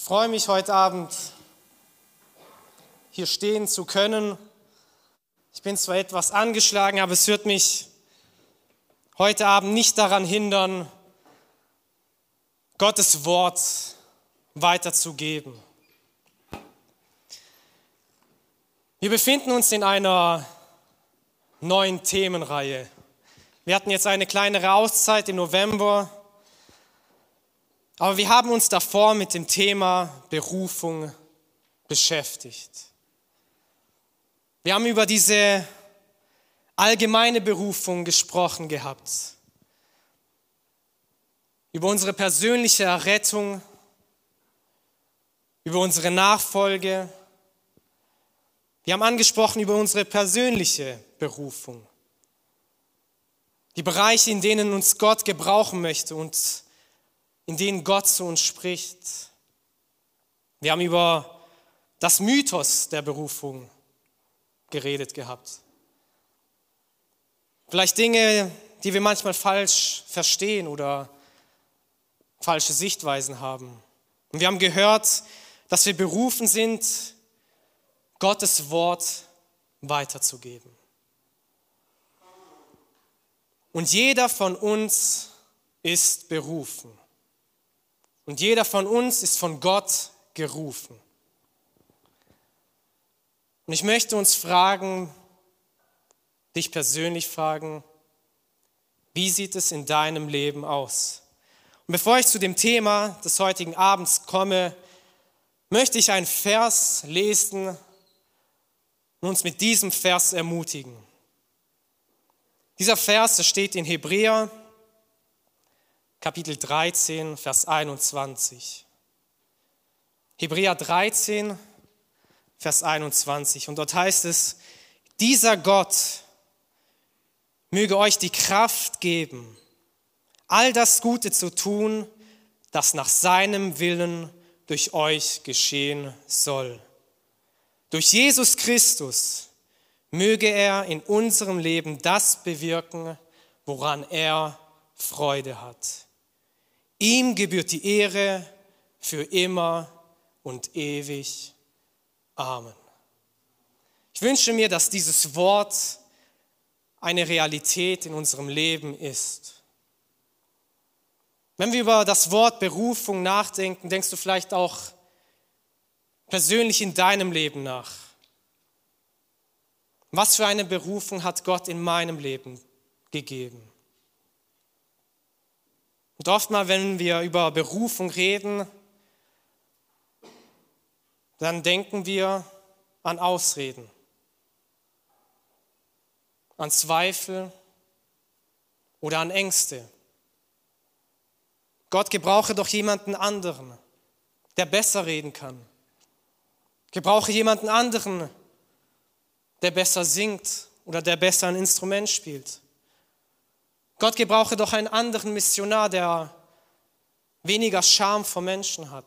Ich freue mich, heute Abend hier stehen zu können. Ich bin zwar etwas angeschlagen, aber es wird mich heute Abend nicht daran hindern, Gottes Wort weiterzugeben. Wir befinden uns in einer neuen Themenreihe. Wir hatten jetzt eine kleinere Auszeit im November, aber wir haben uns davor mit dem Thema Berufung beschäftigt. Wir haben über diese allgemeine Berufung gesprochen gehabt, über unsere persönliche Errettung, über unsere Nachfolge. Wir haben angesprochen über unsere persönliche Berufung, die Bereiche, in denen uns Gott gebrauchen möchte und in denen Gott zu uns spricht. Wir haben über das Mythos der Berufung geredet gehabt. Vielleicht Dinge, die wir manchmal falsch verstehen oder falsche Sichtweisen haben. Und wir haben gehört, dass wir berufen sind, Gottes Wort weiterzugeben. Und jeder von uns ist berufen. Und jeder von uns ist von Gott gerufen. Und ich möchte uns fragen, dich persönlich fragen, wie sieht es in deinem Leben aus? Und bevor ich zu dem Thema des heutigen Abends komme, möchte ich einen Vers lesen und uns mit diesem Vers ermutigen. Dieser Vers, der steht in Hebräer, Kapitel 13, Vers 21. Hebräer 13, Vers 21. Und dort heißt es, dieser Gott möge euch die Kraft geben, all das Gute zu tun, das nach seinem Willen durch euch geschehen soll. Durch Jesus Christus möge er in unserem Leben das bewirken, woran er Freude hat. Ihm gebührt die Ehre für immer und ewig. Amen. Ich wünsche mir, dass dieses Wort eine Realität in unserem Leben ist. Wenn wir über das Wort Berufung nachdenken, denkst du vielleicht auch persönlich in deinem Leben nach. Was für eine Berufung hat Gott in meinem Leben gegeben? Und oftmals, wenn wir über Berufung reden, dann denken wir an Ausreden, an Zweifel oder an Ängste. Gott gebrauche doch jemanden anderen, der besser reden kann. Gebrauche jemanden anderen, der besser singt oder der besser ein Instrument spielt. Gott gebrauche doch einen anderen Missionar, der weniger Scham vor Menschen hat.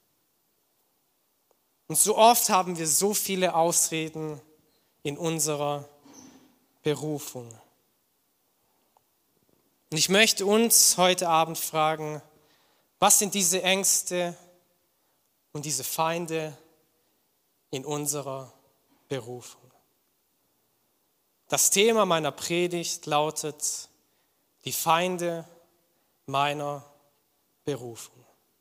Und so oft haben wir so viele Ausreden in unserer Berufung. Und ich möchte uns heute Abend fragen, was sind diese Ängste und diese Feinde in unserer Berufung? Das Thema meiner Predigt lautet: Die Feinde meiner Berufung.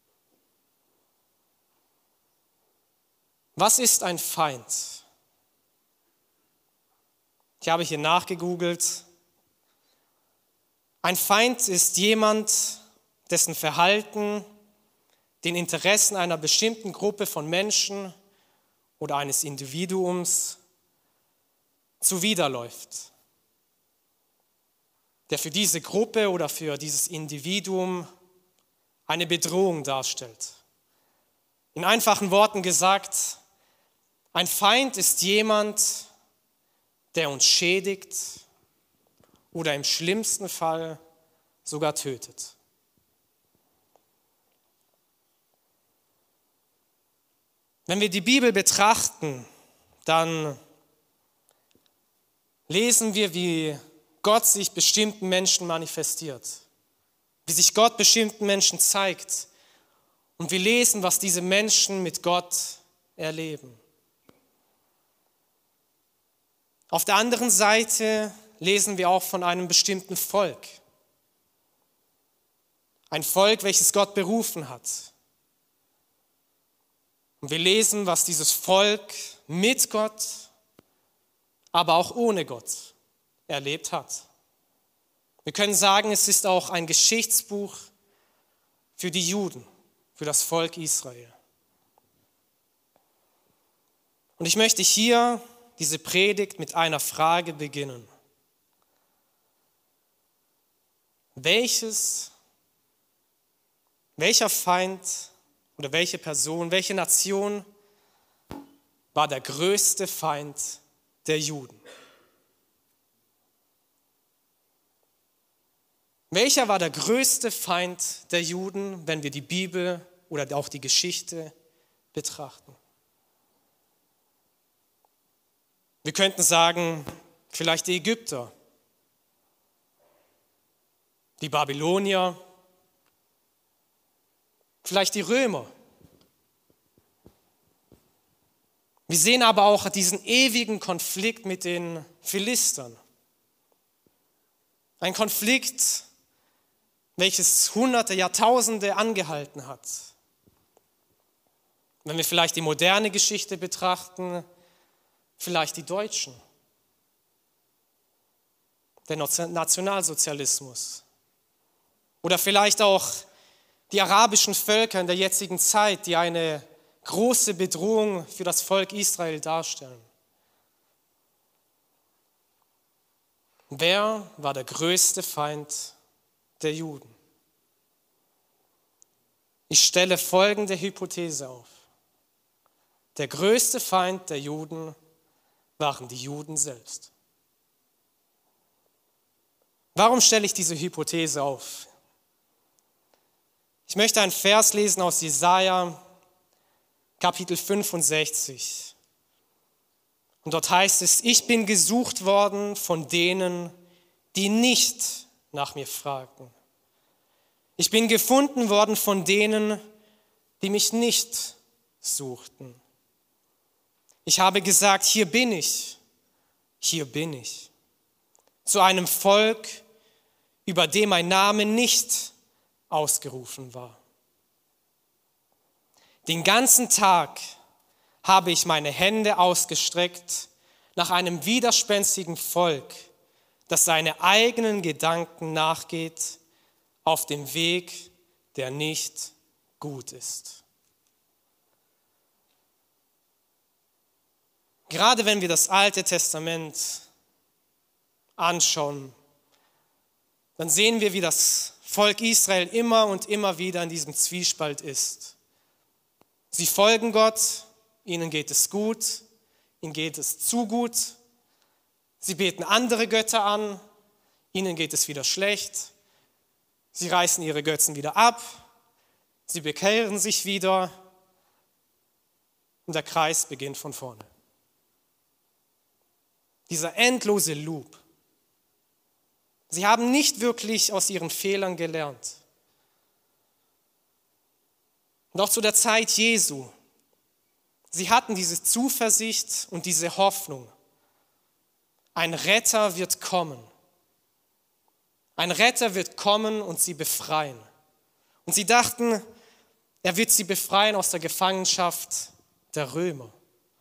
Was ist ein Feind? Ich habe hier nachgegoogelt. Ein Feind ist jemand, dessen Verhalten den Interessen einer bestimmten Gruppe von Menschen oder eines Individuums zuwiderläuft, der für diese Gruppe oder für dieses Individuum eine Bedrohung darstellt. In einfachen Worten gesagt, ein Feind ist jemand, der uns schädigt oder im schlimmsten Fall sogar tötet. Wenn wir die Bibel betrachten, dann lesen wir, wie Gott sich bestimmten Menschen manifestiert, wie sich Gott bestimmten Menschen zeigt. Und wir lesen, was diese Menschen mit Gott erleben. Auf der anderen Seite lesen wir auch von einem bestimmten Volk. Ein Volk, welches Gott berufen hat. Und wir lesen, was dieses Volk mit Gott, aber auch ohne Gott erlebt hat. Wir können sagen, es ist auch ein Geschichtsbuch für die Juden, für das Volk Israel. Und ich möchte hier diese Predigt mit einer Frage beginnen. Welcher Feind oder welche Person, welche Nation war der größte Feind der Juden? Welcher war der größte Feind der Juden, wenn wir die Bibel oder auch die Geschichte betrachten? Wir könnten sagen, vielleicht die Ägypter, die Babylonier, vielleicht die Römer. Wir sehen aber auch diesen ewigen Konflikt mit den Philistern. Ein Konflikt, welches Hunderte, Jahrtausende angehalten hat. Wenn wir vielleicht die moderne Geschichte betrachten, vielleicht die Deutschen, der Nationalsozialismus oder vielleicht auch die arabischen Völker in der jetzigen Zeit, die eine große Bedrohung für das Volk Israel darstellen. Wer war der größte Feind der Juden? Ich stelle folgende Hypothese auf. Der größte Feind der Juden waren die Juden selbst. Warum stelle ich diese Hypothese auf? Ich möchte einen Vers lesen aus Jesaja, Kapitel 65. Und dort heißt es, ich bin gesucht worden von denen, die nicht nach mir fragten. Ich bin gefunden worden von denen, die mich nicht suchten. Ich habe gesagt, hier bin ich, zu einem Volk, über dem mein Name nicht ausgerufen war. Den ganzen Tag habe ich meine Hände ausgestreckt nach einem widerspenstigen Volk, das seine eigenen Gedanken nachgeht, auf dem Weg, der nicht gut ist. Gerade wenn wir das Alte Testament anschauen, dann sehen wir, wie das Volk Israel immer und immer wieder in diesem Zwiespalt ist. Sie folgen Gott, ihnen geht es gut, ihnen geht es zu gut. Sie beten andere Götter an, ihnen geht es wieder schlecht. Sie reißen ihre Götzen wieder ab, sie bekehren sich wieder und der Kreis beginnt von vorne. Dieser endlose Loop. Sie haben nicht wirklich aus ihren Fehlern gelernt. Und auch zu der Zeit Jesu, sie hatten diese Zuversicht und diese Hoffnung. Ein Retter wird kommen. Ein Retter wird kommen und sie befreien. Und sie dachten, er wird sie befreien aus der Gefangenschaft der Römer.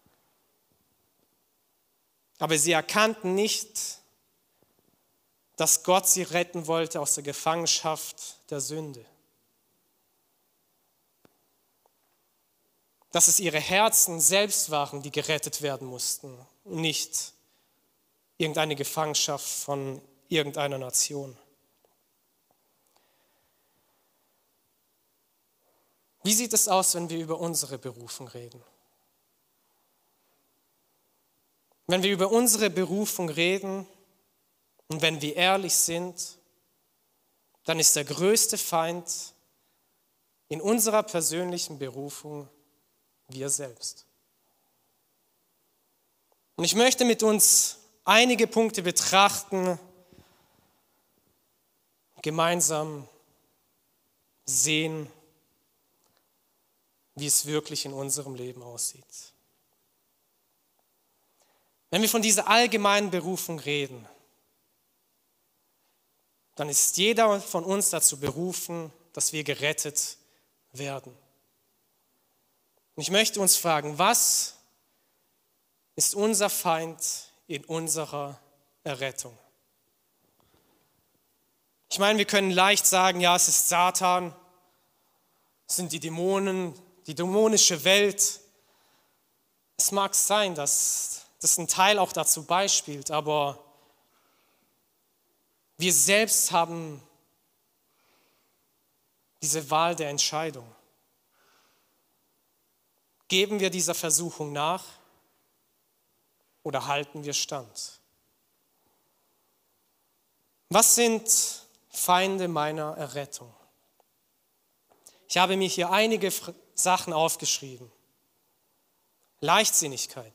Aber sie erkannten nicht, dass Gott sie retten wollte aus der Gefangenschaft der Sünde. Dass es ihre Herzen selbst waren, die gerettet werden mussten und nicht irgendeine Gefangenschaft von irgendeiner Nation. Wie sieht es aus, wenn wir über unsere Berufung reden? Wenn wir über unsere Berufung reden und wenn wir ehrlich sind, dann ist der größte Feind in unserer persönlichen Berufung wir selbst. Und ich möchte mit uns einige Punkte betrachten, gemeinsam sehen, wie es wirklich in unserem Leben aussieht. Wenn wir von dieser allgemeinen Berufung reden, dann ist jeder von uns dazu berufen, dass wir gerettet werden. Und ich möchte uns fragen, was ist unser Feind in unserer Errettung? Ich meine, wir können leicht sagen, ja, es ist Satan, es sind die Dämonen, die dämonische Welt. Es mag sein, dass das ein Teil auch dazu beispielt, aber wir selbst haben diese Wahl der Entscheidung. Geben wir dieser Versuchung nach oder halten wir stand? Was sind Feinde meiner Errettung? Ich habe mir hier einige Sachen aufgeschrieben. Leichtsinnigkeit,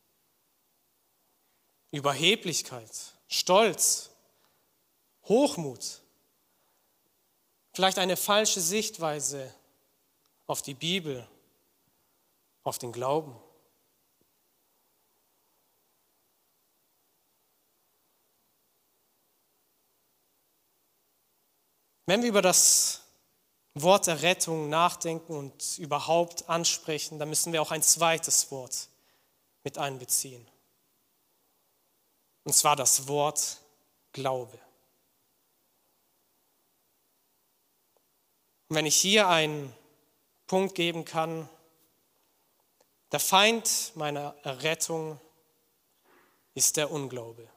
Überheblichkeit, Stolz, Hochmut, vielleicht eine falsche Sichtweise auf die Bibel, auf den Glauben. Wenn wir über das Wort Errettung nachdenken und überhaupt ansprechen, dann müssen wir auch ein zweites Wort mit einbeziehen. Und zwar das Wort Glaube. Und wenn ich hier einen Punkt geben kann, der Feind meiner Errettung ist der Unglaube.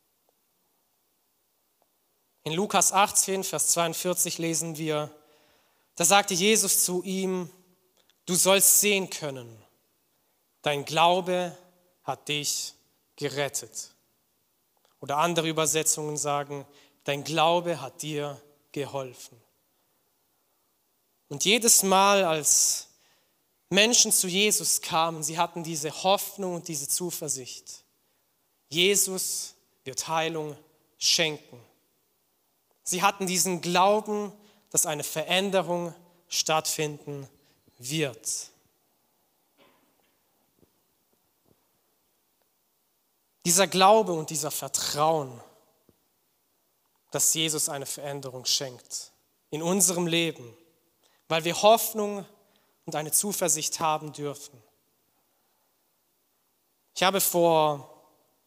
In Lukas 18, Vers 42 lesen wir, da sagte Jesus zu ihm, du sollst sehen können, dein Glaube hat dich gerettet. Oder andere Übersetzungen sagen, dein Glaube hat dir geholfen. Und jedes Mal, als Menschen zu Jesus kamen, sie hatten diese Hoffnung und diese Zuversicht. Jesus wird Heilung schenken. Sie hatten diesen Glauben, dass eine Veränderung stattfinden wird. Dieser Glaube und dieser Vertrauen, dass Jesus eine Veränderung schenkt in unserem Leben, weil wir Hoffnung und eine Zuversicht haben dürfen. Ich habe vor,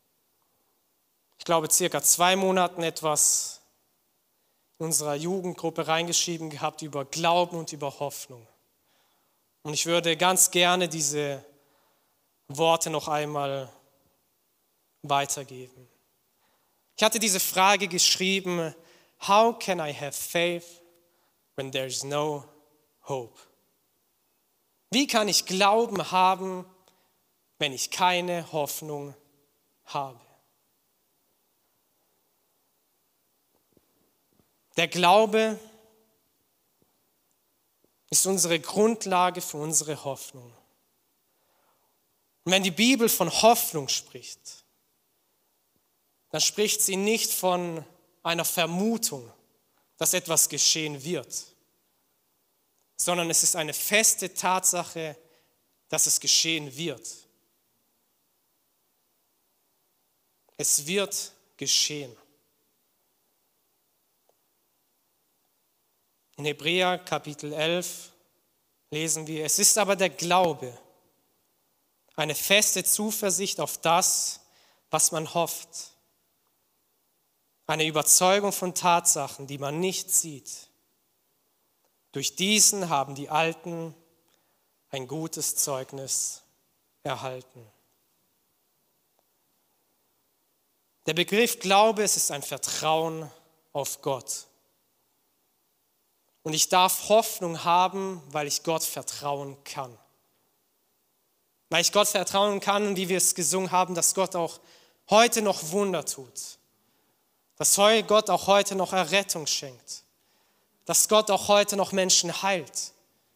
circa 2 Monaten etwas in unserer Jugendgruppe reingeschrieben gehabt über Glauben und über Hoffnung. Und ich würde ganz gerne diese Worte noch einmal weitergeben. Ich hatte diese Frage geschrieben, how can I have faith when there is no hope? Wie kann ich Glauben haben, wenn ich keine Hoffnung habe? Der Glaube ist unsere Grundlage für unsere Hoffnung. Und wenn die Bibel von Hoffnung spricht, dann spricht sie nicht von einer Vermutung, dass etwas geschehen wird, sondern es ist eine feste Tatsache, dass es geschehen wird. Es wird geschehen. In Hebräer Kapitel 11 lesen wir, es ist aber der Glaube, eine feste Zuversicht auf das, was man hofft. Eine Überzeugung von Tatsachen, die man nicht sieht. Durch diesen haben die Alten ein gutes Zeugnis erhalten. Der Begriff Glaube, es ist ein Vertrauen auf Gott. Und ich darf Hoffnung haben, weil ich Gott vertrauen kann. Weil ich Gott vertrauen kann und wie wir es gesungen haben, dass Gott auch heute noch Wunder tut. Dass Gott auch heute noch Errettung schenkt. Dass Gott auch heute noch Menschen heilt.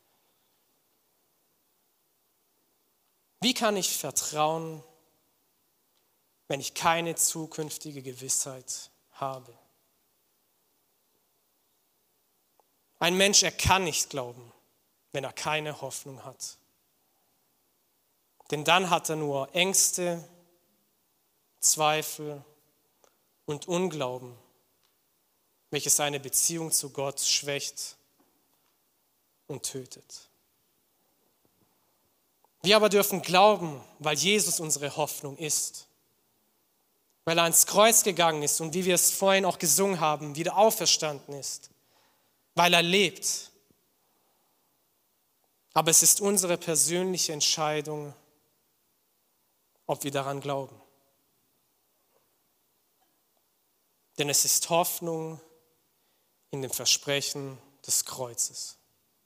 Wie kann ich vertrauen, wenn ich keine zukünftige Gewissheit habe? Ein Mensch, er kann nicht glauben, wenn er keine Hoffnung hat. Denn dann hat er nur Ängste, Zweifel und Unglauben, welches seine Beziehung zu Gott schwächt und tötet. Wir aber dürfen glauben, weil Jesus unsere Hoffnung ist, weil er ans Kreuz gegangen ist und wie wir es vorhin auch gesungen haben, wieder auferstanden ist, weil er lebt. Aber es ist unsere persönliche Entscheidung, ob wir daran glauben. Denn es ist Hoffnung in dem Versprechen des Kreuzes.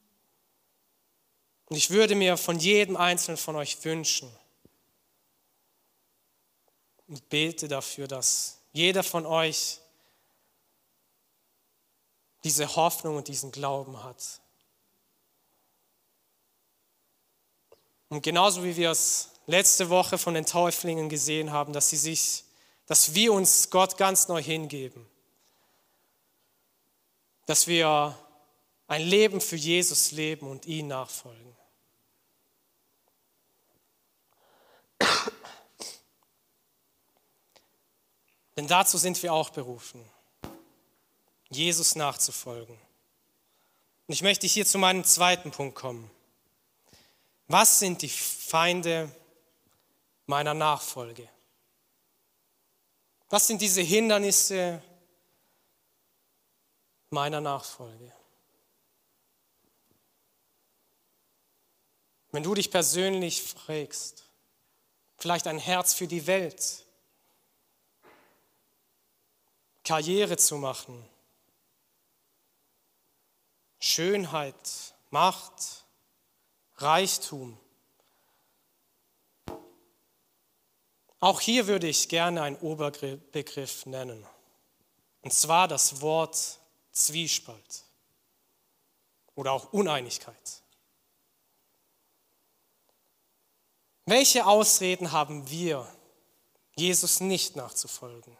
Und ich würde mir von jedem Einzelnen von euch wünschen und bete dafür, dass jeder von euch diese Hoffnung und diesen Glauben hat. Und genauso wie wir es letzte Woche von den Täuflingen gesehen haben, dass wir uns Gott ganz neu hingeben, dass wir ein Leben für Jesus leben und ihm nachfolgen. Denn dazu sind wir auch berufen, Jesus nachzufolgen. Und ich möchte hier zu meinem zweiten Punkt kommen. Was sind die Feinde meiner Nachfolge? Was sind diese Hindernisse meiner Nachfolge? Wenn du dich persönlich fragst, vielleicht ein Herz für die Welt, Karriere zu machen, Schönheit, Macht, Reichtum. Auch hier würde ich gerne einen Oberbegriff nennen, und zwar das Wort Zwiespalt oder auch Uneinigkeit. Welche Ausreden haben wir, Jesus nicht nachzufolgen?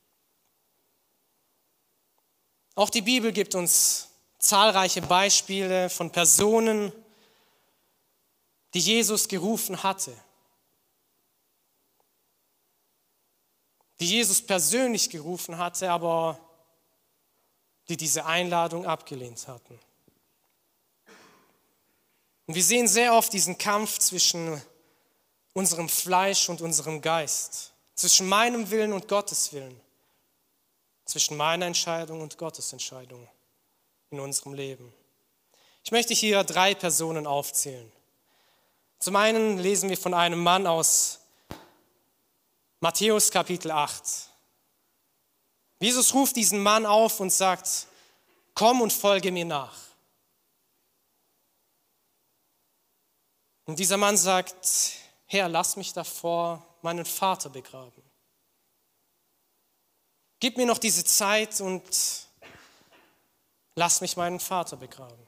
Auch die Bibel gibt uns zahlreiche Beispiele von Personen, die Jesus gerufen hatte, die Jesus persönlich gerufen hatte, aber die diese Einladung abgelehnt hatten. Und wir sehen sehr oft diesen Kampf zwischen unserem Fleisch und unserem Geist, zwischen meinem Willen und Gottes Willen, zwischen meiner Entscheidung und Gottes Entscheidung in unserem Leben. Ich möchte hier 3 Personen aufzählen. Zum einen lesen wir von einem Mann aus Matthäus Kapitel 8. Jesus ruft diesen Mann auf und sagt, komm und folge mir nach. Und dieser Mann sagt, Herr, lass mich davor meinen Vater begraben. Gib mir noch diese Zeit und lass mich meinen Vater begraben.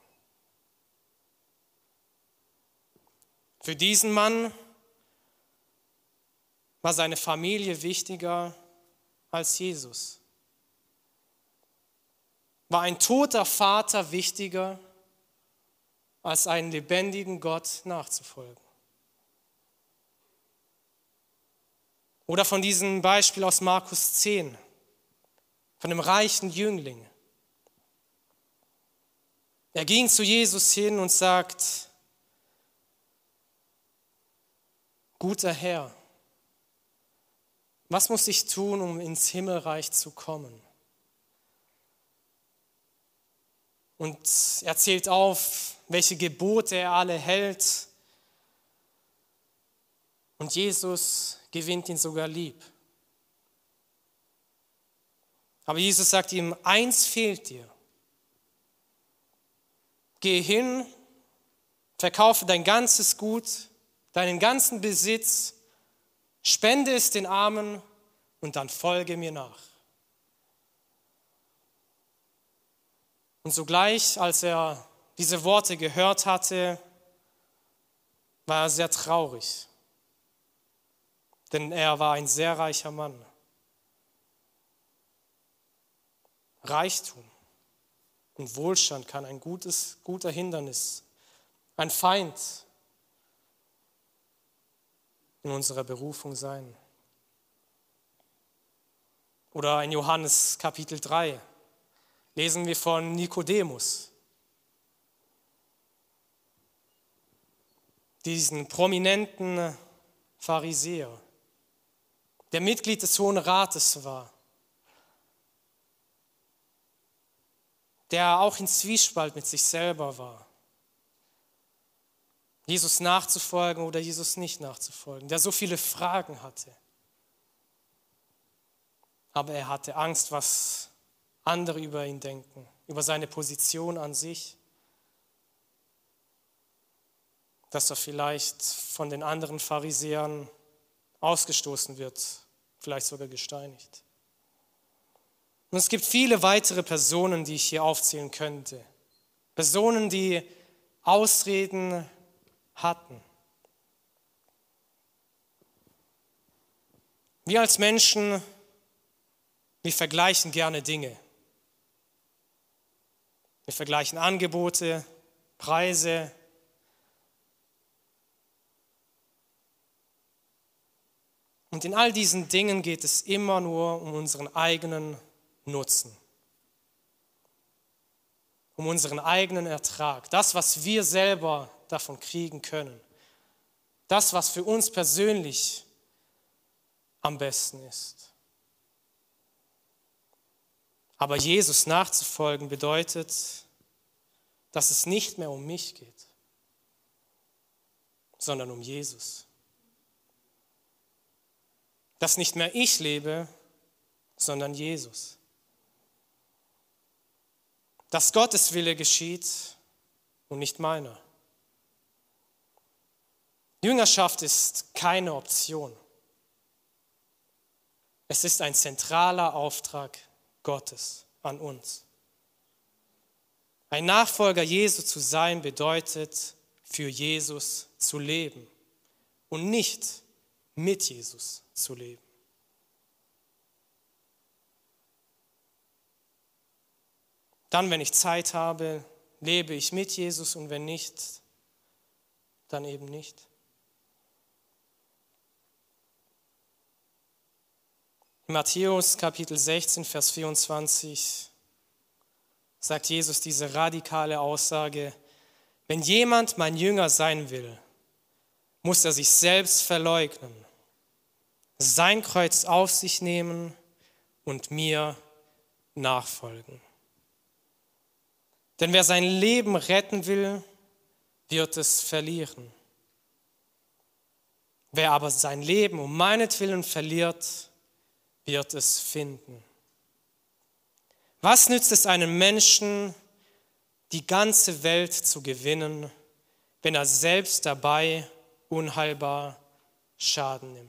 Für diesen Mann war seine Familie wichtiger als Jesus. War ein toter Vater wichtiger, als einen lebendigen Gott nachzufolgen? Oder von diesem Beispiel aus Markus 10, von dem reichen Jüngling. Er ging zu Jesus hin und sagt, guter Herr, was muss ich tun, um ins Himmelreich zu kommen? Und er zählt auf, welche Gebote er alle hält. Und Jesus gewinnt ihn sogar lieb. Aber Jesus sagt ihm, eins fehlt dir. Geh hin, verkaufe dein ganzes Gut, deinen ganzen Besitz, spende es den Armen und dann folge mir nach. Und sogleich, als er diese Worte gehört hatte, war er sehr traurig, denn er war ein sehr reicher Mann. Reichtum und Wohlstand kann ein guter Hindernis ein Feind in unserer Berufung sein. Oder in Johannes Kapitel 3 lesen wir von Nikodemus, diesen prominenten Pharisäer, der Mitglied des Hohen Rates war, der auch in Zwiespalt mit sich selber war, Jesus nachzufolgen oder Jesus nicht nachzufolgen, der so viele Fragen hatte. Aber er hatte Angst, was andere über ihn denken, über seine Position an sich, dass er vielleicht von den anderen Pharisäern ausgestoßen wird, vielleicht sogar gesteinigt. Und es gibt viele weitere Personen, die ich hier aufzählen könnte. Personen, die Ausreden hatten. Wir als Menschen, wir vergleichen gerne Dinge. Wir vergleichen Angebote, Preise. Und in all diesen Dingen geht es immer nur um unseren eigenen Nutzen, um unseren eigenen Ertrag, das, was wir selber davon kriegen können, das, was für uns persönlich am besten ist. Aber Jesus nachzufolgen bedeutet, dass es nicht mehr um mich geht, sondern um Jesus. Dass nicht mehr ich lebe, sondern Jesus. Dass Gottes Wille geschieht und nicht meiner. Jüngerschaft ist keine Option. Es ist ein zentraler Auftrag Gottes an uns. Ein Nachfolger Jesu zu sein bedeutet, für Jesus zu leben und nicht mit Jesus zu leben. Dann, wenn ich Zeit habe, lebe ich mit Jesus und wenn nicht, dann eben nicht. In Matthäus Kapitel 16, Vers 24 sagt Jesus diese radikale Aussage: Wenn jemand mein Jünger sein will, muss er sich selbst verleugnen, sein Kreuz auf sich nehmen und mir nachfolgen. Denn wer sein Leben retten will, wird es verlieren. Wer aber sein Leben um meinetwillen verliert, wird es finden. Was nützt es einem Menschen, die ganze Welt zu gewinnen, wenn er selbst dabei unheilbar Schaden nimmt?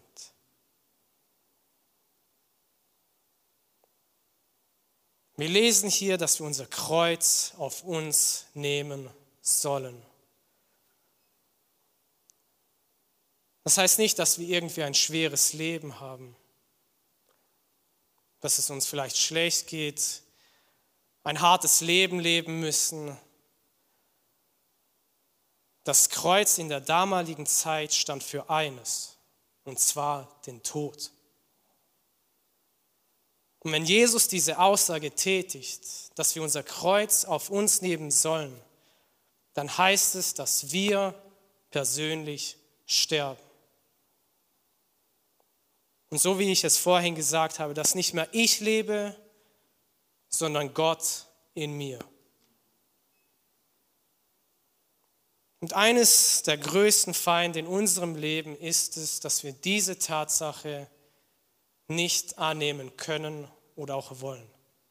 Wir lesen hier, dass wir unser Kreuz auf uns nehmen sollen. Das heißt nicht, dass wir irgendwie ein schweres Leben haben, dass es uns vielleicht schlecht geht, ein hartes Leben leben müssen. Das Kreuz in der damaligen Zeit stand für eines, und zwar den Tod. Und wenn Jesus diese Aussage tätigt, dass wir unser Kreuz auf uns nehmen sollen, dann heißt es, dass wir persönlich sterben. Und so wie ich es vorhin gesagt habe, dass nicht mehr ich lebe, sondern Gott in mir. Und eines der größten Feinde in unserem Leben ist es, dass wir diese Tatsache nicht annehmen können oder auch wollen.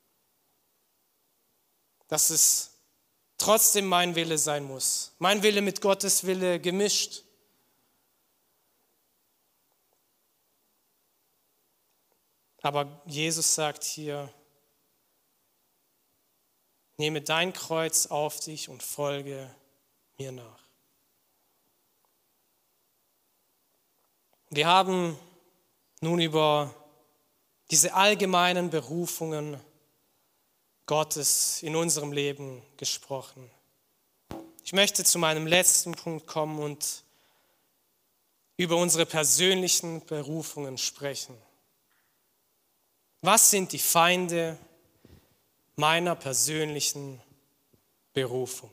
Dass es trotzdem mein Wille sein muss. Mein Wille mit Gottes Wille gemischt. Aber Jesus sagt hier, nehme dein Kreuz auf dich und folge mir nach. Wir haben nun über diese allgemeinen Berufungen Gottes in unserem Leben gesprochen. Ich möchte zu meinem letzten Punkt kommen und über unsere persönlichen Berufungen sprechen. Was sind die Feinde meiner persönlichen Berufung?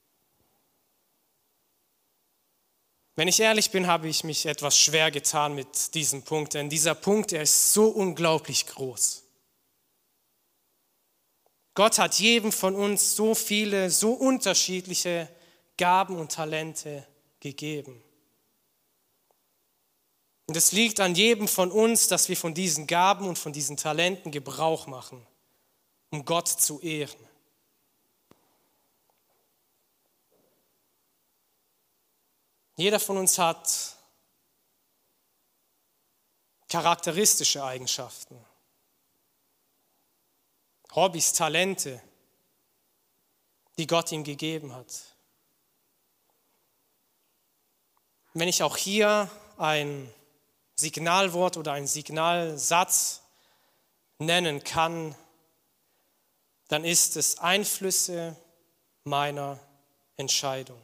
Wenn ich ehrlich bin, habe ich mich etwas schwer getan mit diesem Punkt, denn dieser Punkt, er ist so unglaublich groß. Gott hat jedem von uns so viele, so unterschiedliche Gaben und Talente gegeben. Und es liegt an jedem von uns, dass wir von diesen Gaben und von diesen Talenten Gebrauch machen, um Gott zu ehren. Jeder von uns hat charakteristische Eigenschaften, Hobbys, Talente, die Gott ihm gegeben hat. Wenn ich auch hier ein Signalwort oder einen Signalsatz nennen kann, dann ist es Einflüsse meiner Entscheidung.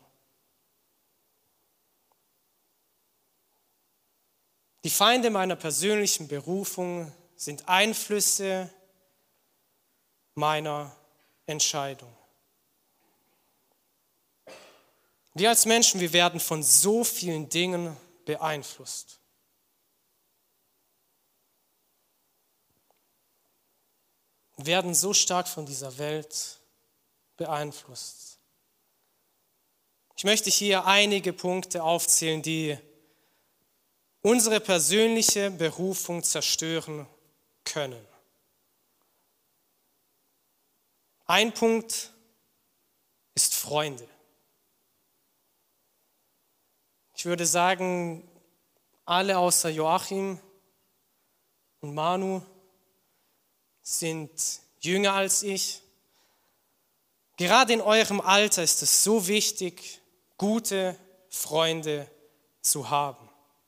Die Feinde meiner persönlichen Berufung sind Einflüsse meiner Entscheidung. Wir als Menschen, wir werden von so vielen Dingen beeinflusst. Wir werden so stark von dieser Welt beeinflusst. Ich möchte hier einige Punkte aufzählen, die unsere persönliche Berufung zerstören können. Ein Punkt ist Freunde. Ich würde sagen, alle außer Joachim und Manu sind jünger als ich. Gerade in eurem Alter ist es so wichtig, gute Freunde zu haben.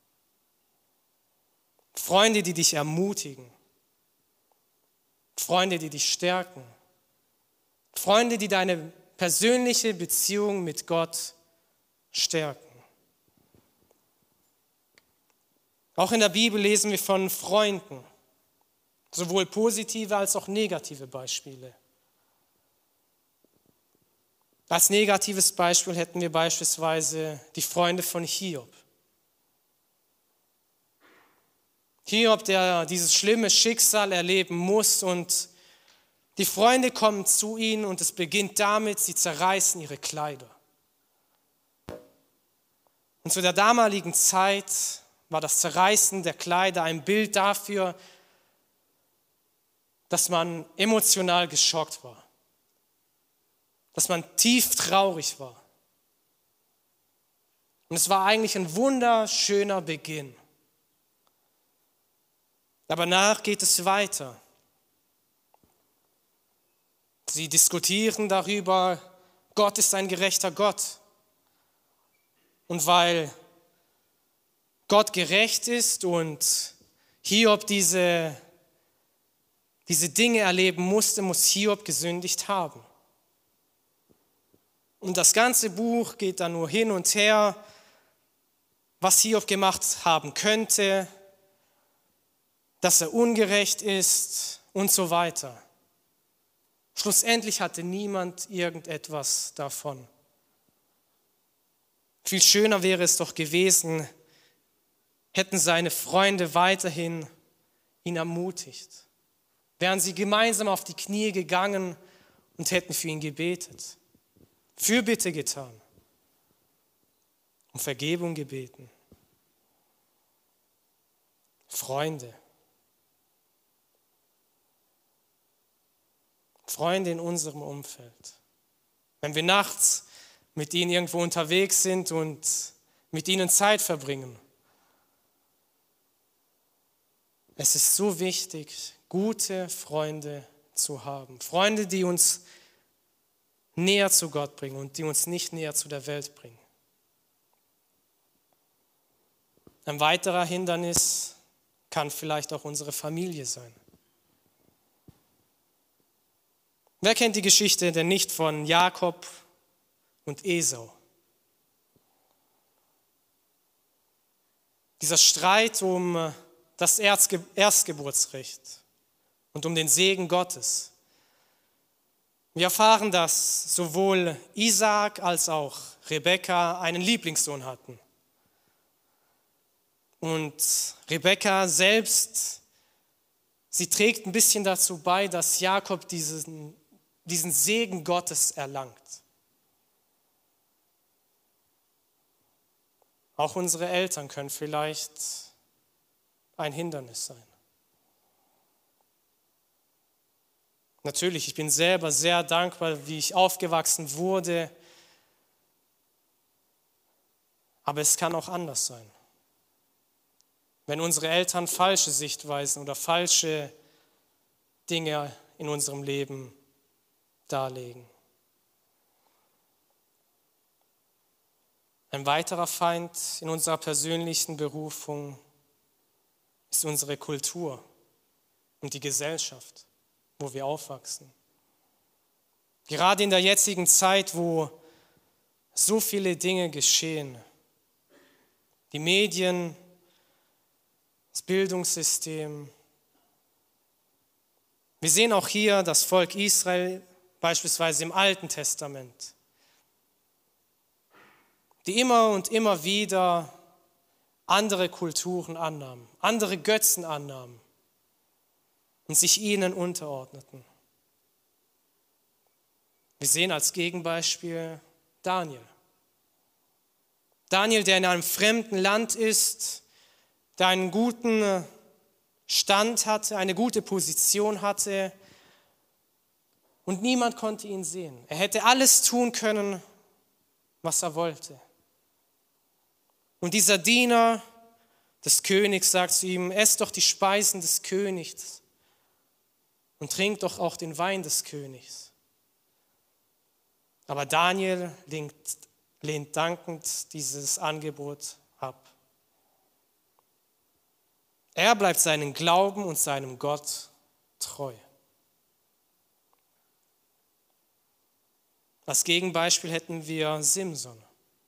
Freunde, die dich ermutigen. Freunde, die dich stärken. Freunde, die deine persönliche Beziehung mit Gott stärken. Auch in der Bibel lesen wir von Freunden, sowohl positive als auch negative Beispiele. Als negatives Beispiel hätten wir beispielsweise die Freunde von Hiob. Hiob, der dieses schlimme Schicksal erleben muss, und die Freunde kommen zu ihm und es beginnt damit, sie zerreißen ihre Kleider. Und zu der damaligen Zeit war das Zerreißen der Kleider ein Bild dafür, dass man emotional geschockt war, dass man tief traurig war. Und es war eigentlich ein wunderschöner Beginn. Aber danach geht es weiter. Sie diskutieren darüber, Gott ist ein gerechter Gott. Und weil Gott gerecht ist und Hiob diese Dinge erleben musste, muss Hiob gesündigt haben. Und das ganze Buch geht dann nur hin und her, was Hiob gemacht haben könnte, dass er ungerecht ist und so weiter. Schlussendlich hatte niemand irgendetwas davon. Viel schöner wäre es doch gewesen, hätten seine Freunde weiterhin ihn ermutigt. Wären sie gemeinsam auf die Knie gegangen und hätten für ihn gebetet, Fürbitte getan, um Vergebung gebeten. Freunde in unserem Umfeld. Wenn wir nachts mit ihnen irgendwo unterwegs sind und mit ihnen Zeit verbringen. Es ist so wichtig, gute Freunde zu haben. Freunde, die uns näher zu Gott bringen und die uns nicht näher zu der Welt bringen. Ein weiterer Hindernis kann vielleicht auch unsere Familie sein. Wer kennt die Geschichte denn nicht von Jakob und Esau. Dieser Streit um das Erstgeburtsrecht und um den Segen Gottes. Wir erfahren, dass sowohl Isaak als auch Rebekka einen Lieblingssohn hatten. Und Rebekka selbst, sie trägt ein bisschen dazu bei, dass Jakob diesen Segen Gottes erlangt. Auch unsere Eltern können vielleicht ein Hindernis sein. Natürlich, ich bin selber sehr dankbar, wie ich aufgewachsen wurde, aber es kann auch anders sein. Wenn unsere Eltern falsche Sichtweisen oder falsche Dinge in unserem Leben darlegen. Ein weiterer Feind in unserer persönlichen Berufung ist unsere Kultur und die Gesellschaft, wo wir aufwachsen. Gerade in der jetzigen Zeit, wo so viele Dinge geschehen, die Medien, das Bildungssystem. Wir sehen auch hier das Volk Israel, beispielsweise im Alten Testament, die immer und immer wieder andere Kulturen annahmen, andere Götzen annahmen und sich ihnen unterordneten. Wir sehen als Gegenbeispiel Daniel. Daniel, der in einem fremden Land ist, der einen guten Stand hatte, eine gute Position hatte und niemand konnte ihn sehen. Er hätte alles tun können, was er wollte. Und dieser Diener des Königs sagt zu ihm, ess doch die Speisen des Königs und trink doch auch den Wein des Königs. Aber Daniel lehnt dankend dieses Angebot ab. Er bleibt seinem Glauben und seinem Gott treu. Als Gegenbeispiel hätten wir Simson.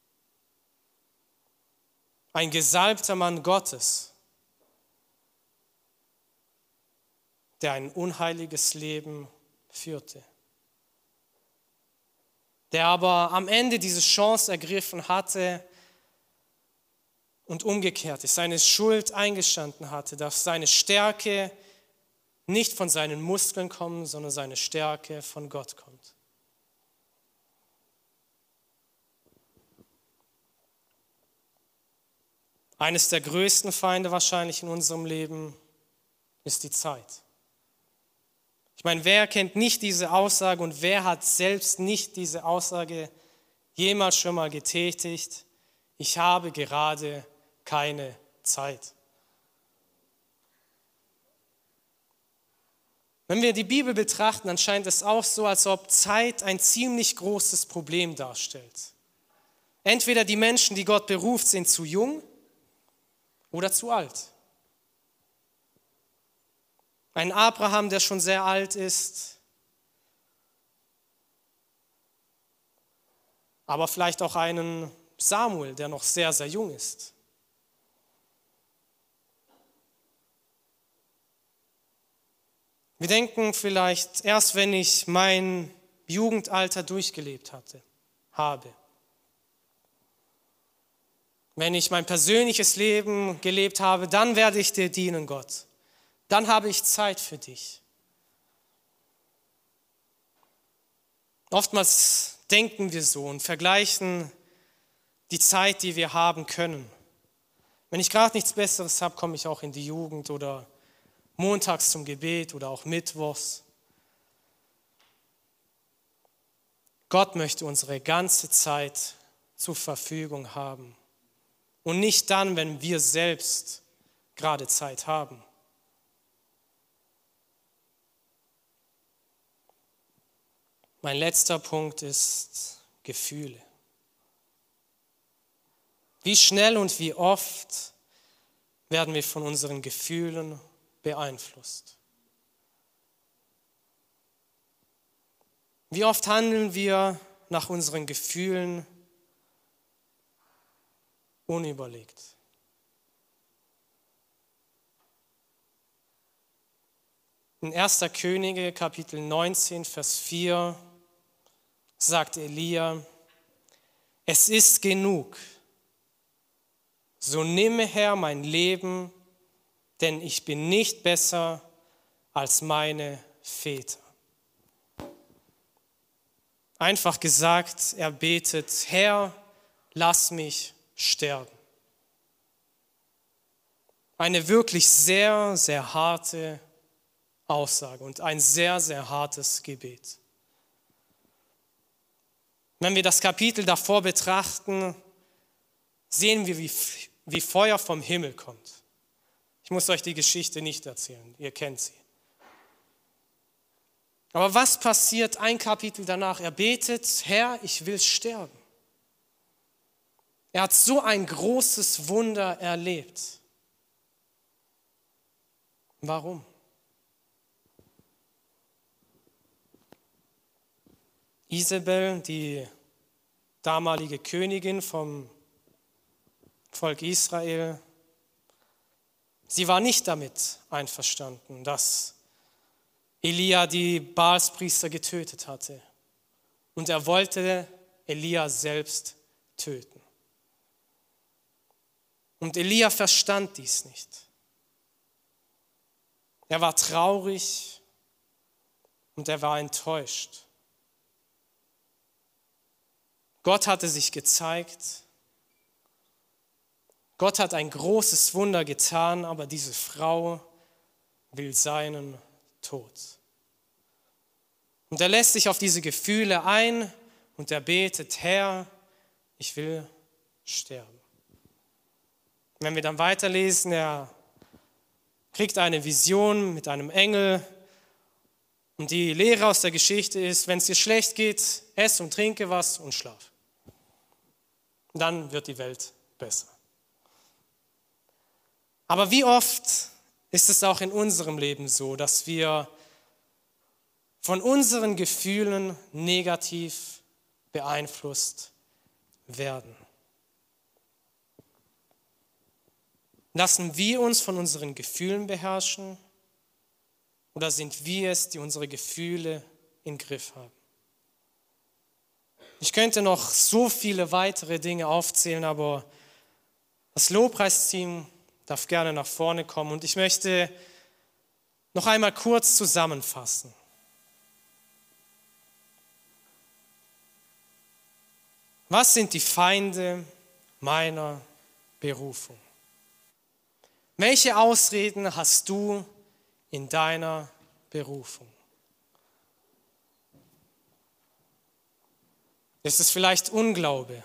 Ein gesalbter Mann Gottes, der ein unheiliges Leben führte. Der aber am Ende diese Chance ergriffen hatte und umgekehrt ist, seine Schuld eingestanden hatte, dass seine Stärke nicht von seinen Muskeln kommt, sondern seine Stärke von Gott kommt. Eines der größten Feinde wahrscheinlich in unserem Leben ist die Zeit. Ich meine, wer kennt nicht diese Aussage und wer hat selbst nicht diese Aussage jemals schon mal getätigt? Ich habe gerade keine Zeit. Wenn wir die Bibel betrachten, dann scheint es auch so, als ob Zeit ein ziemlich großes Problem darstellt. Entweder die Menschen, die Gott beruft, sind zu jung oder zu alt. Ein Abraham, der schon sehr alt ist, aber vielleicht auch einen Samuel, der noch sehr, sehr jung ist. Wir denken vielleicht, erst wenn ich mein Jugendalter durchgelebt habe, wenn ich mein persönliches Leben gelebt habe, dann werde ich dir dienen, Gott. Dann habe ich Zeit für dich. Oftmals denken wir so und vergleichen die Zeit, die wir haben können. Wenn ich gerade nichts Besseres habe, komme ich auch in die Jugend oder montags zum Gebet oder auch mittwochs. Gott möchte unsere ganze Zeit zur Verfügung haben und nicht dann, wenn wir selbst gerade Zeit haben. Mein letzter Punkt ist Gefühle. Wie schnell und wie oft werden wir von unseren Gefühlen beeinflusst? Wie oft handeln wir nach unseren Gefühlen unüberlegt. In 1. Könige, Kapitel 19, Vers 4 sagt Elia: Es ist genug, so nimm, Herr, mein Leben, denn ich bin nicht besser als meine Väter. Einfach gesagt, er betet: Herr, lass mich sterben. Eine wirklich sehr, sehr harte Aussage und ein sehr, sehr hartes Gebet. Wenn wir das Kapitel davor betrachten, sehen wir, wie Feuer vom Himmel kommt. Ich muss euch die Geschichte nicht erzählen, ihr kennt sie. Aber was passiert ein Kapitel danach? Er betet: Herr, ich will sterben. Er hat so ein großes Wunder erlebt. Warum? Isabel, die damalige Königin vom Volk Israel, sie war nicht damit einverstanden, dass Elia die Baalspriester getötet hatte. Und er wollte Elia selbst töten. Und Elia verstand dies nicht. Er war traurig und er war enttäuscht. Gott hatte sich gezeigt. Gott hat ein großes Wunder getan, aber diese Frau will seinen Tod. Und er lässt sich auf diese Gefühle ein und er betet: Herr, ich will sterben. Wenn wir dann weiterlesen, er kriegt eine Vision mit einem Engel. Und die Lehre aus der Geschichte ist: Wenn es dir schlecht geht, ess und trinke was und schlaf. Dann wird die Welt besser. Aber wie oft ist es auch in unserem Leben so, dass wir von unseren Gefühlen negativ beeinflusst werden? Lassen wir uns von unseren Gefühlen beherrschen oder sind wir es, die unsere Gefühle im Griff haben? Ich könnte noch so viele weitere Dinge aufzählen, aber das Lobpreisteam darf gerne nach vorne kommen und ich möchte noch einmal kurz zusammenfassen. Was sind die Feinde meiner Berufung? Welche Ausreden hast du in deiner Berufung? Ist es vielleicht Unglaube?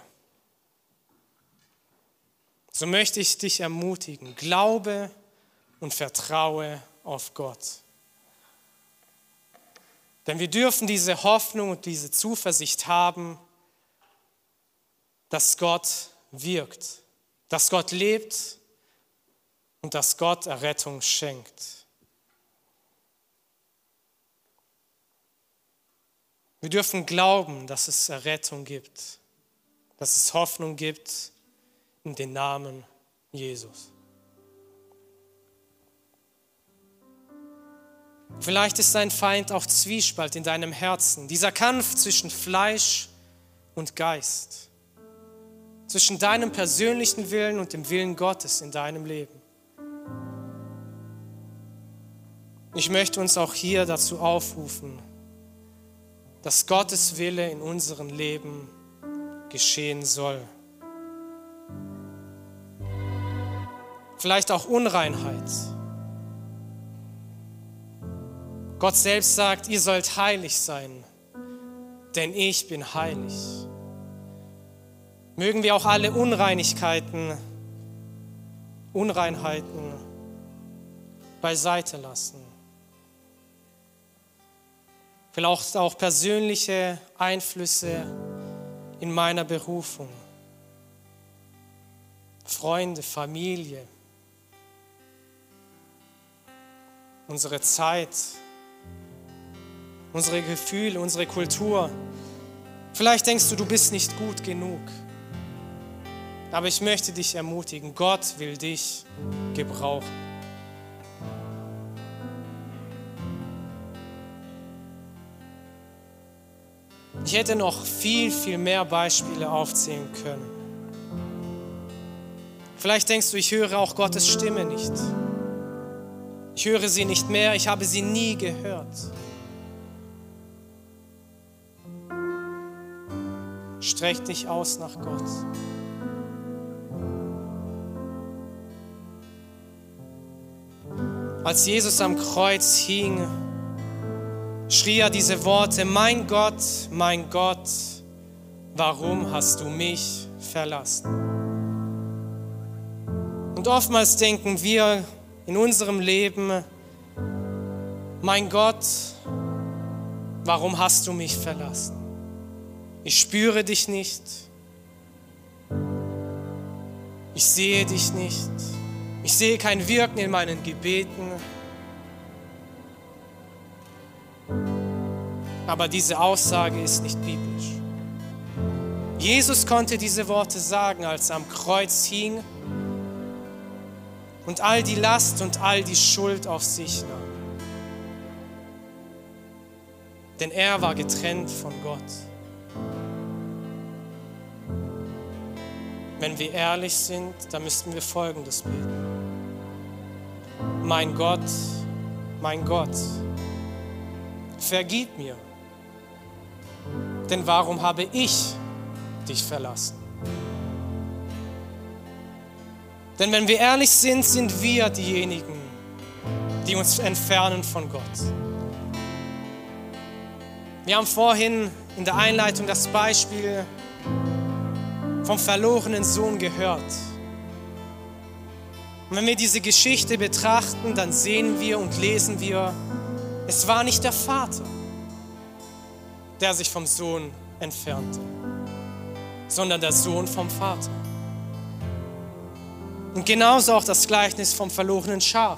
So möchte ich dich ermutigen: Glaube und vertraue auf Gott. Denn wir dürfen diese Hoffnung und diese Zuversicht haben, dass Gott wirkt, dass Gott lebt und dass Gott Errettung schenkt. Wir dürfen glauben, dass es Errettung gibt, dass es Hoffnung gibt in den Namen Jesus. Vielleicht ist dein Feind auch Zwiespalt in deinem Herzen, dieser Kampf zwischen Fleisch und Geist, zwischen deinem persönlichen Willen und dem Willen Gottes in deinem Leben. Ich möchte uns auch hier dazu aufrufen, dass Gottes Wille in unserem Leben geschehen soll. Vielleicht auch Unreinheit. Gott selbst sagt: Ihr sollt heilig sein, denn ich bin heilig. Mögen wir auch alle Unreinheiten beiseite lassen. Vielleicht auch persönliche Einflüsse in meiner Berufung. Freunde, Familie, unsere Zeit, unsere Gefühle, unsere Kultur. Vielleicht denkst du, du bist nicht gut genug. Aber ich möchte dich ermutigen, Gott will dich gebrauchen. Ich hätte noch viel, viel mehr Beispiele aufzählen können. Vielleicht denkst du, ich höre auch Gottes Stimme nicht. Ich höre sie nicht mehr, ich habe sie nie gehört. Streck dich aus nach Gott. Als Jesus am Kreuz hing, schrie er diese Worte: Mein Gott, warum hast du mich verlassen? Und oftmals denken wir in unserem Leben: Mein Gott, warum hast du mich verlassen? Ich spüre dich nicht. Ich sehe dich nicht. Ich sehe kein Wirken in meinen Gebeten. Aber diese Aussage ist nicht biblisch. Jesus konnte diese Worte sagen, als er am Kreuz hing und all die Last und all die Schuld auf sich nahm. Denn er war getrennt von Gott. Wenn wir ehrlich sind, dann müssten wir Folgendes beten: Mein Gott, vergib mir, denn warum habe ich dich verlassen? Denn wenn wir ehrlich sind, sind wir diejenigen, die uns entfernen von Gott. Wir haben vorhin in der Einleitung das Beispiel vom verlorenen Sohn gehört. Und wenn wir diese Geschichte betrachten, dann sehen wir und lesen wir, es war nicht der Vater, der sich vom Sohn entfernte, sondern der Sohn vom Vater. Und genauso auch das Gleichnis vom verlorenen Schaf.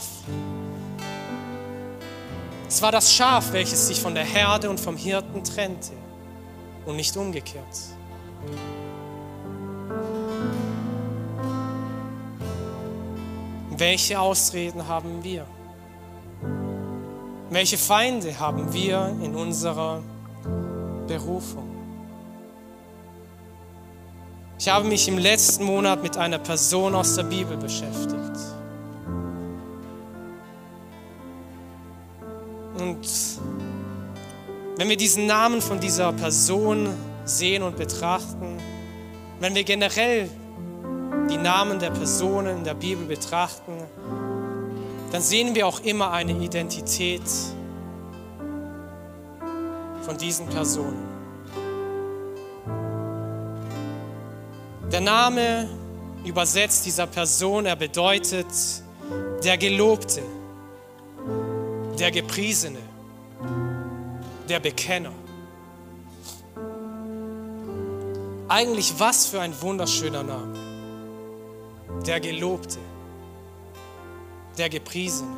Es war das Schaf, welches sich von der Herde und vom Hirten trennte und nicht umgekehrt. Welche Ausreden haben wir? Welche Feinde haben wir in unserer Berufung? Ich habe mich im letzten Monat mit einer Person aus der Bibel beschäftigt. Und wenn wir diesen Namen von dieser Person sehen und betrachten, wenn wir generell die Namen der Personen in der Bibel betrachten, dann sehen wir auch immer eine Identität von diesen Personen. Der Name übersetzt dieser Person, er bedeutet der Gelobte, der Gepriesene, der Bekenner. Eigentlich was für ein wunderschöner Name. Der Gelobte, der Gepriesene.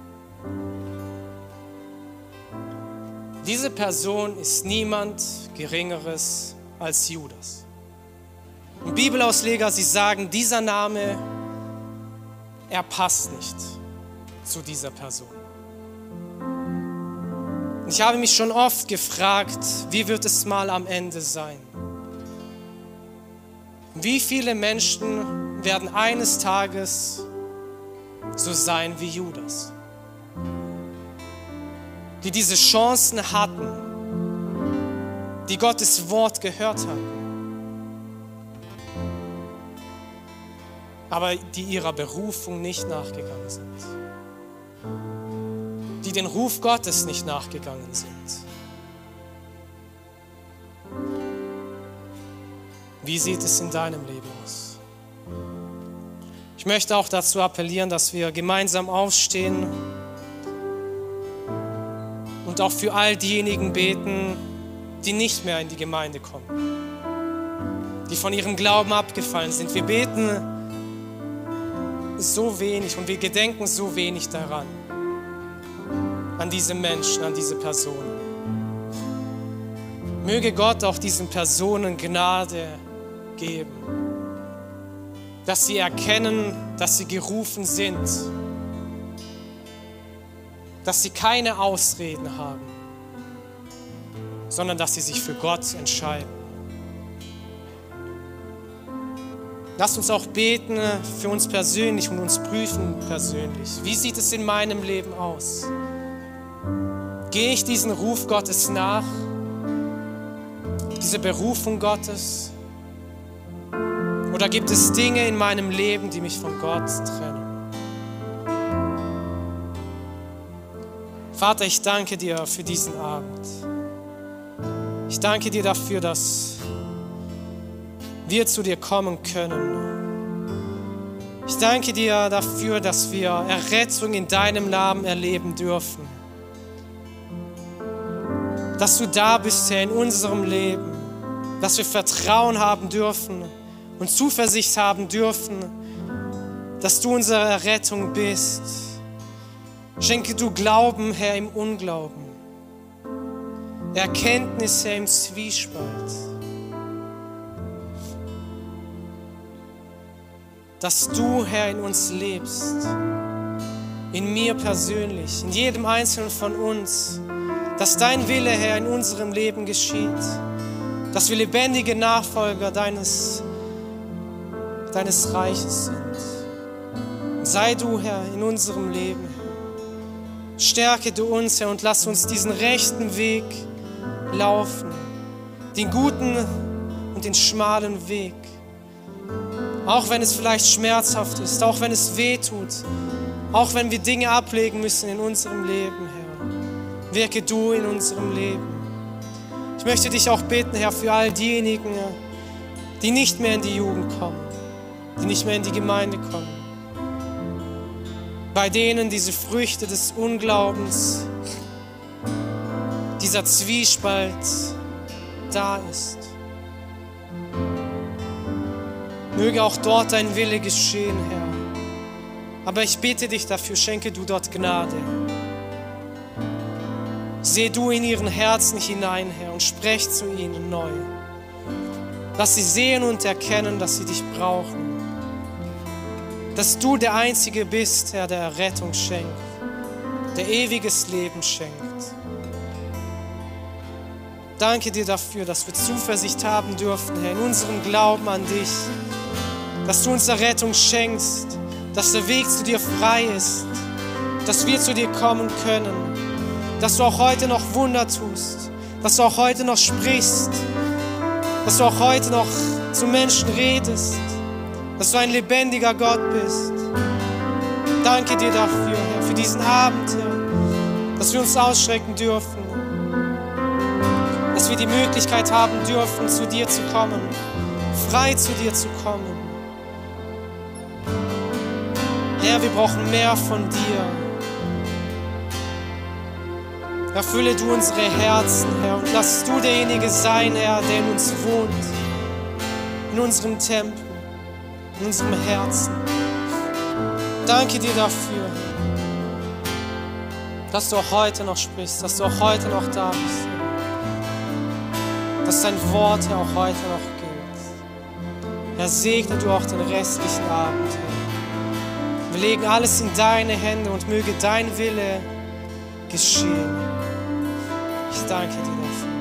Diese Person ist niemand Geringeres als Judas. Und Bibelausleger, sie sagen, dieser Name, er passt nicht zu dieser Person. Und ich habe mich schon oft gefragt, wie wird es mal am Ende sein? Wie viele Menschen werden eines Tages so sein wie Judas, die diese Chancen hatten, die Gottes Wort gehört hatten, aber die ihrer Berufung nicht nachgegangen sind, die den Ruf Gottes nicht nachgegangen sind. Wie sieht es in deinem Leben aus? Ich möchte auch dazu appellieren, dass wir gemeinsam aufstehen und auch für all diejenigen beten, die nicht mehr in die Gemeinde kommen, die von ihrem Glauben abgefallen sind. Wir beten so wenig und wir gedenken so wenig daran, an diese Menschen, an diese Personen. Möge Gott auch diesen Personen Gnade geben, dass sie erkennen, dass sie gerufen sind, dass sie keine Ausreden haben, sondern dass sie sich für Gott entscheiden. Lass uns auch beten für uns persönlich und uns prüfen persönlich. Wie sieht es in meinem Leben aus? Gehe ich diesen Ruf Gottes nach? Diese Berufung Gottes? Oder gibt es Dinge in meinem Leben, die mich von Gott trennen? Vater, ich danke dir für diesen Abend. Ich danke dir dafür, dass wir zu dir kommen können. Ich danke dir dafür, dass wir Errettung in deinem Namen erleben dürfen. Dass du da bist, Herr, in unserem Leben. Dass wir Vertrauen haben dürfen und Zuversicht haben dürfen, dass du unsere Errettung bist. Schenke du Glauben, Herr, im Unglauben. Erkenntnis, Herr, im Zwiespalt. Dass du, Herr, in uns lebst, in mir persönlich, in jedem Einzelnen von uns, dass dein Wille, Herr, in unserem Leben geschieht, dass wir lebendige Nachfolger deines Reiches sind. Sei du, Herr, in unserem Leben. Stärke du uns, Herr, und lass uns diesen rechten Weg laufen, den guten und den schmalen Weg. Auch wenn es vielleicht schmerzhaft ist, auch wenn es weh tut, auch wenn wir Dinge ablegen müssen in unserem Leben, Herr. Wirke du in unserem Leben. Ich möchte dich auch beten, Herr, für all diejenigen, die nicht mehr in die Jugend kommen, die nicht mehr in die Gemeinde kommen. Bei denen diese Früchte des Unglaubens, dieser Zwiespalt da ist. Möge auch dort dein Wille geschehen, Herr. Aber ich bitte dich dafür, schenke du dort Gnade. Seh du in ihren Herzen hinein, Herr, und sprech zu ihnen neu. Lass sie sehen und erkennen, dass sie dich brauchen. Dass du der Einzige bist, Herr, der Errettung schenkt, der ewiges Leben schenkt. Danke dir dafür, dass wir Zuversicht haben dürfen, Herr, in unserem Glauben an dich. Dass du uns Errettung schenkst, dass der Weg zu dir frei ist, dass wir zu dir kommen können, dass du auch heute noch Wunder tust, dass du auch heute noch sprichst, dass du auch heute noch zu Menschen redest, dass du ein lebendiger Gott bist. Danke dir dafür, Herr, für diesen Abend, Herr, dass wir uns ausstrecken dürfen, dass wir die Möglichkeit haben dürfen, zu dir zu kommen, frei zu dir zu kommen. Herr, wir brauchen mehr von dir. Erfülle du unsere Herzen, Herr, und lass du derjenige sein, Herr, der in uns wohnt, in unserem Tempel, in unserem Herzen. Danke dir dafür, dass du auch heute noch sprichst, dass du auch heute noch da bist, dass dein Wort, Herr, auch heute noch gilt. Herr, segne du auch den restlichen Abend, Herr. Wir legen alles in deine Hände und möge dein Wille geschehen. Ich danke dir dafür.